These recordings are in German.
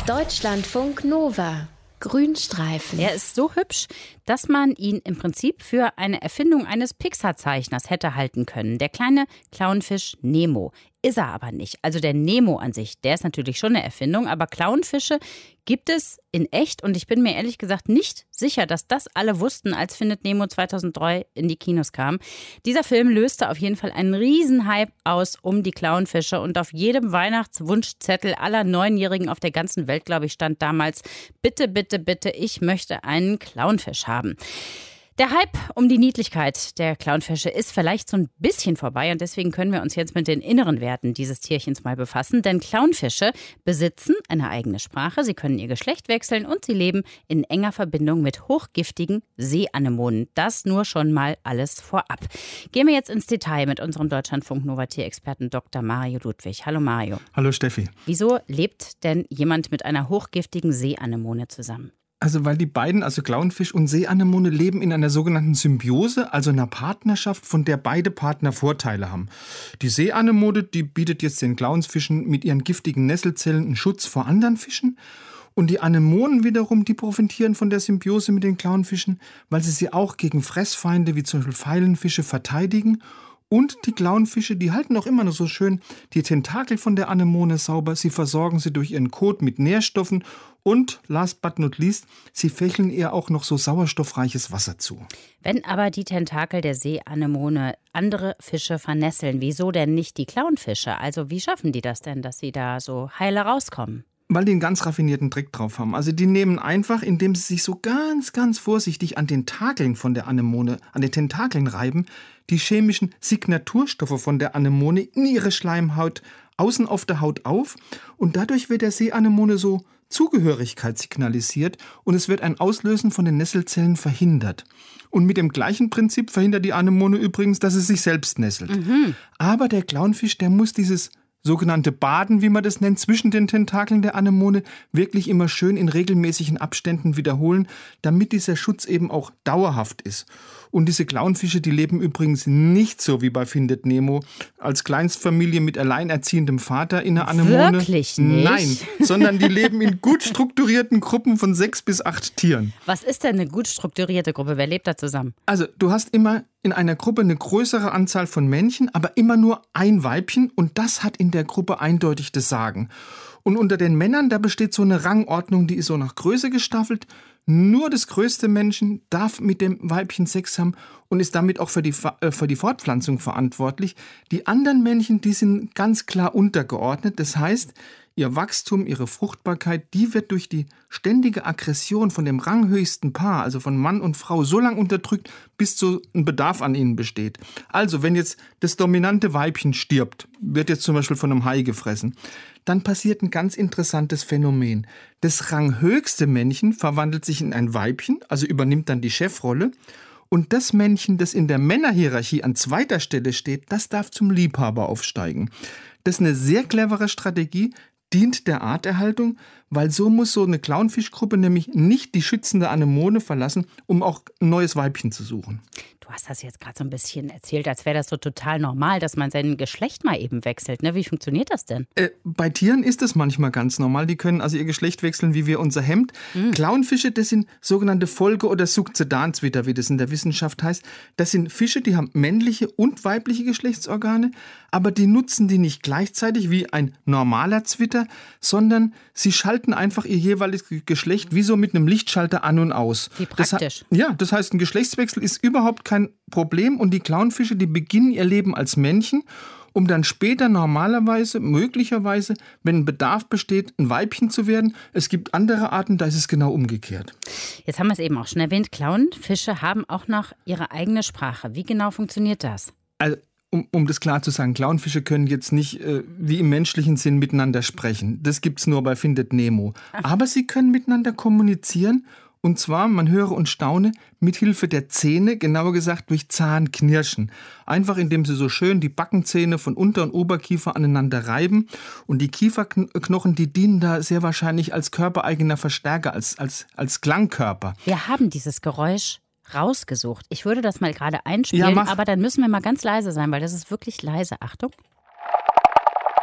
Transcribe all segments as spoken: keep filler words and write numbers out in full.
Deutschlandfunk Nova. Grünstreifen. Er ist so hübsch, dass man ihn im Prinzip für eine Erfindung eines Pixar-Zeichners hätte halten können. Der kleine Clownfisch Nemo. Ist er aber nicht. Also der Nemo an sich, der ist natürlich schon eine Erfindung, aber Clownfische gibt es in echt und ich bin mir ehrlich gesagt nicht sicher, dass das alle wussten, als Findet Nemo zweitausenddrei in die Kinos kam. Dieser Film löste auf jeden Fall einen Riesenhype aus um die Clownfische und auf jedem Weihnachtswunschzettel aller Neunjährigen auf der ganzen Welt, glaube ich, stand damals: Bitte, bitte, bitte, ich möchte einen Clownfisch haben. Der Hype um die Niedlichkeit der Clownfische ist vielleicht so ein bisschen vorbei und deswegen können wir uns jetzt mit den inneren Werten dieses Tierchens mal befassen. Denn Clownfische besitzen eine eigene Sprache, sie können ihr Geschlecht wechseln und sie leben in enger Verbindung mit hochgiftigen Seeanemonen. Das nur schon mal alles vorab. Gehen wir jetzt ins Detail mit unserem Deutschlandfunk-Nova-Tierexperten Doktor Mario Ludwig. Hallo Mario. Hallo Steffi. Wieso lebt denn jemand mit einer hochgiftigen Seeanemone zusammen? Also weil die beiden, also Clownfisch und Seeanemone, leben in einer sogenannten Symbiose, also einer Partnerschaft, von der beide Partner Vorteile haben. Die Seeanemone, die bietet jetzt den Clownfischen mit ihren giftigen Nesselzellen einen Schutz vor anderen Fischen. Und die Anemonen wiederum, die profitieren von der Symbiose mit den Clownfischen, weil sie sie auch gegen Fressfeinde wie zum Beispiel Pfeilenfische verteidigen. Und die Clownfische, die halten auch immer noch so schön die Tentakel von der Anemone sauber. Sie versorgen sie durch ihren Kot mit Nährstoffen und, last but not least, sie fächeln ihr auch noch so sauerstoffreiches Wasser zu. Wenn aber die Tentakel der Seeanemone andere Fische vernässeln, wieso denn nicht die Clownfische? Also wie schaffen die das denn, dass sie da so heile rauskommen? Weil die einen ganz raffinierten Trick drauf haben. Also die nehmen einfach, indem sie sich so ganz, ganz vorsichtig an den Takeln von der Anemone, an den Tentakeln reiben, die chemischen Signaturstoffe von der Anemone in ihre Schleimhaut außen auf der Haut auf. Und dadurch wird der Seeanemone so Zugehörigkeit signalisiert und es wird ein Auslösen von den Nesselzellen verhindert. Und mit dem gleichen Prinzip verhindert die Anemone übrigens, dass es sich selbst nesselt. Mhm. Aber der Clownfisch, der muss dieses sogenannte Baden, wie man das nennt, zwischen den Tentakeln der Anemone wirklich immer schön in regelmäßigen Abständen wiederholen, damit dieser Schutz eben auch dauerhaft ist. Und diese Clownfische, die leben übrigens nicht so wie bei Findet Nemo als Kleinstfamilie mit alleinerziehendem Vater in einer Anemone. Wirklich nicht? Nein, sondern die leben in gut strukturierten Gruppen von sechs bis acht Tieren. Was ist denn eine gut strukturierte Gruppe? Wer lebt da zusammen? Also du hast immer in einer Gruppe eine größere Anzahl von Männchen, aber immer nur ein Weibchen und das hat in der Gruppe eindeutig das Sagen. Und unter den Männern, da besteht so eine Rangordnung, die ist so nach Größe gestaffelt. Nur das größte Männchen darf mit dem Weibchen Sex haben und ist damit auch für die, äh, für die Fortpflanzung verantwortlich. Die anderen Männchen, die sind ganz klar untergeordnet. Das heißt, ihr Wachstum, ihre Fruchtbarkeit, die wird durch die ständige Aggression von dem ranghöchsten Paar, also von Mann und Frau, so lange unterdrückt, bis so ein Bedarf an ihnen besteht. Also, wenn jetzt das dominante Weibchen stirbt, wird jetzt zum Beispiel von einem Hai gefressen, dann passiert ein ganz interessantes Phänomen. Das ranghöchste Männchen verwandelt sich in ein Weibchen, also übernimmt dann die Chefrolle. Und das Männchen, das in der Männerhierarchie an zweiter Stelle steht, das darf zum Liebhaber aufsteigen. Das ist eine sehr clevere Strategie, dient der Arterhaltung, weil so muss so eine Clownfischgruppe nämlich nicht die schützende Anemone verlassen, um auch ein neues Weibchen zu suchen. Du hast das jetzt gerade so ein bisschen erzählt, als wäre das so total normal, dass man sein Geschlecht mal eben wechselt. Ne? Wie funktioniert das denn? Äh, bei Tieren ist das manchmal ganz normal. Die können also ihr Geschlecht wechseln, wie wir unser Hemd. Mhm. Clownfische, das sind sogenannte Folge- oder Sukzedanzwitter, wie das in der Wissenschaft heißt. Das sind Fische, die haben männliche und weibliche Geschlechtsorgane, aber die nutzen die nicht gleichzeitig wie ein normaler Zwitter, sondern sie schalten einfach ihr jeweiliges Geschlecht wie so mit einem Lichtschalter an und aus. Wie praktisch. Das, ja, das heißt, ein Geschlechtswechsel ist überhaupt kein Problem und die Clownfische, die beginnen ihr Leben als Männchen, um dann später normalerweise, möglicherweise, wenn ein Bedarf besteht, ein Weibchen zu werden. Es gibt andere Arten, da ist es genau umgekehrt. Jetzt haben wir es eben auch schon erwähnt, Clownfische haben auch noch ihre eigene Sprache. Wie genau funktioniert das? Also, um, um das klar zu sagen, Clownfische können jetzt nicht äh, wie im menschlichen Sinn miteinander sprechen. Das gibt es nur bei Findet Nemo. Ach. Aber sie können miteinander kommunizieren. Und zwar, man höre und staune, mit Hilfe der Zähne, genauer gesagt durch Zahnknirschen. Einfach indem sie so schön die Backenzähne von Unter- und Oberkiefer aneinander reiben. Und die Kieferknochen, die dienen da sehr wahrscheinlich als körpereigener Verstärker, als, als, als Klangkörper. Wir haben dieses Geräusch rausgesucht. Ich würde das mal gerade einspielen, ja, aber dann müssen wir mal ganz leise sein, weil das ist wirklich leise. Achtung.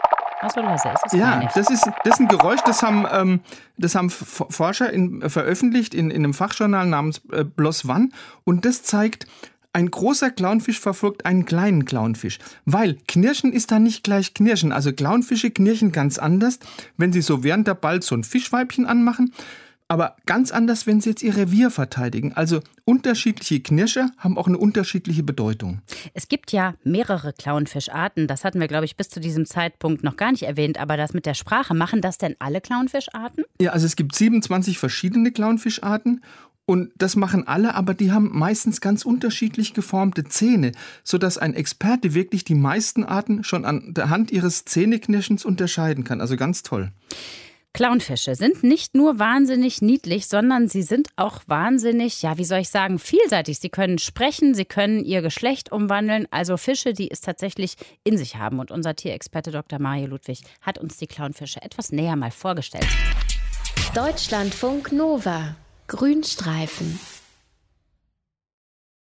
so leise ist es Ja, gar nicht. das ist, das ist ein Geräusch, das haben, ähm, das haben F- Forscher in, äh, veröffentlicht in, in einem Fachjournal namens äh, P L O S ONE. Und das zeigt, ein großer Clownfisch verfolgt einen kleinen Clownfisch. Weil Knirschen ist da nicht gleich Knirschen. Also Clownfische knirschen ganz anders, wenn sie so während der Balz so ein Fischweibchen anmachen. Aber ganz anders, wenn sie jetzt ihr Revier verteidigen. Also unterschiedliche Knirsche haben auch eine unterschiedliche Bedeutung. Es gibt ja mehrere Clownfischarten. Das hatten wir, glaube ich, bis zu diesem Zeitpunkt noch gar nicht erwähnt. Aber das mit der Sprache, machen das denn alle Clownfischarten? Ja, also es gibt siebenundzwanzig verschiedene Clownfischarten. Und das machen alle, aber die haben meistens ganz unterschiedlich geformte Zähne, sodass ein Experte wirklich die meisten Arten schon an der Hand ihres Zähneknirschens unterscheiden kann. Also ganz toll. Clownfische sind nicht nur wahnsinnig niedlich, sondern sie sind auch wahnsinnig, ja, wie soll ich sagen, vielseitig. Sie können sprechen, sie können ihr Geschlecht umwandeln. Also Fische, die es tatsächlich in sich haben. Und unser Tierexperte Doktor Mario Ludwig hat uns die Clownfische etwas näher mal vorgestellt. Deutschlandfunk Nova. Grünstreifen.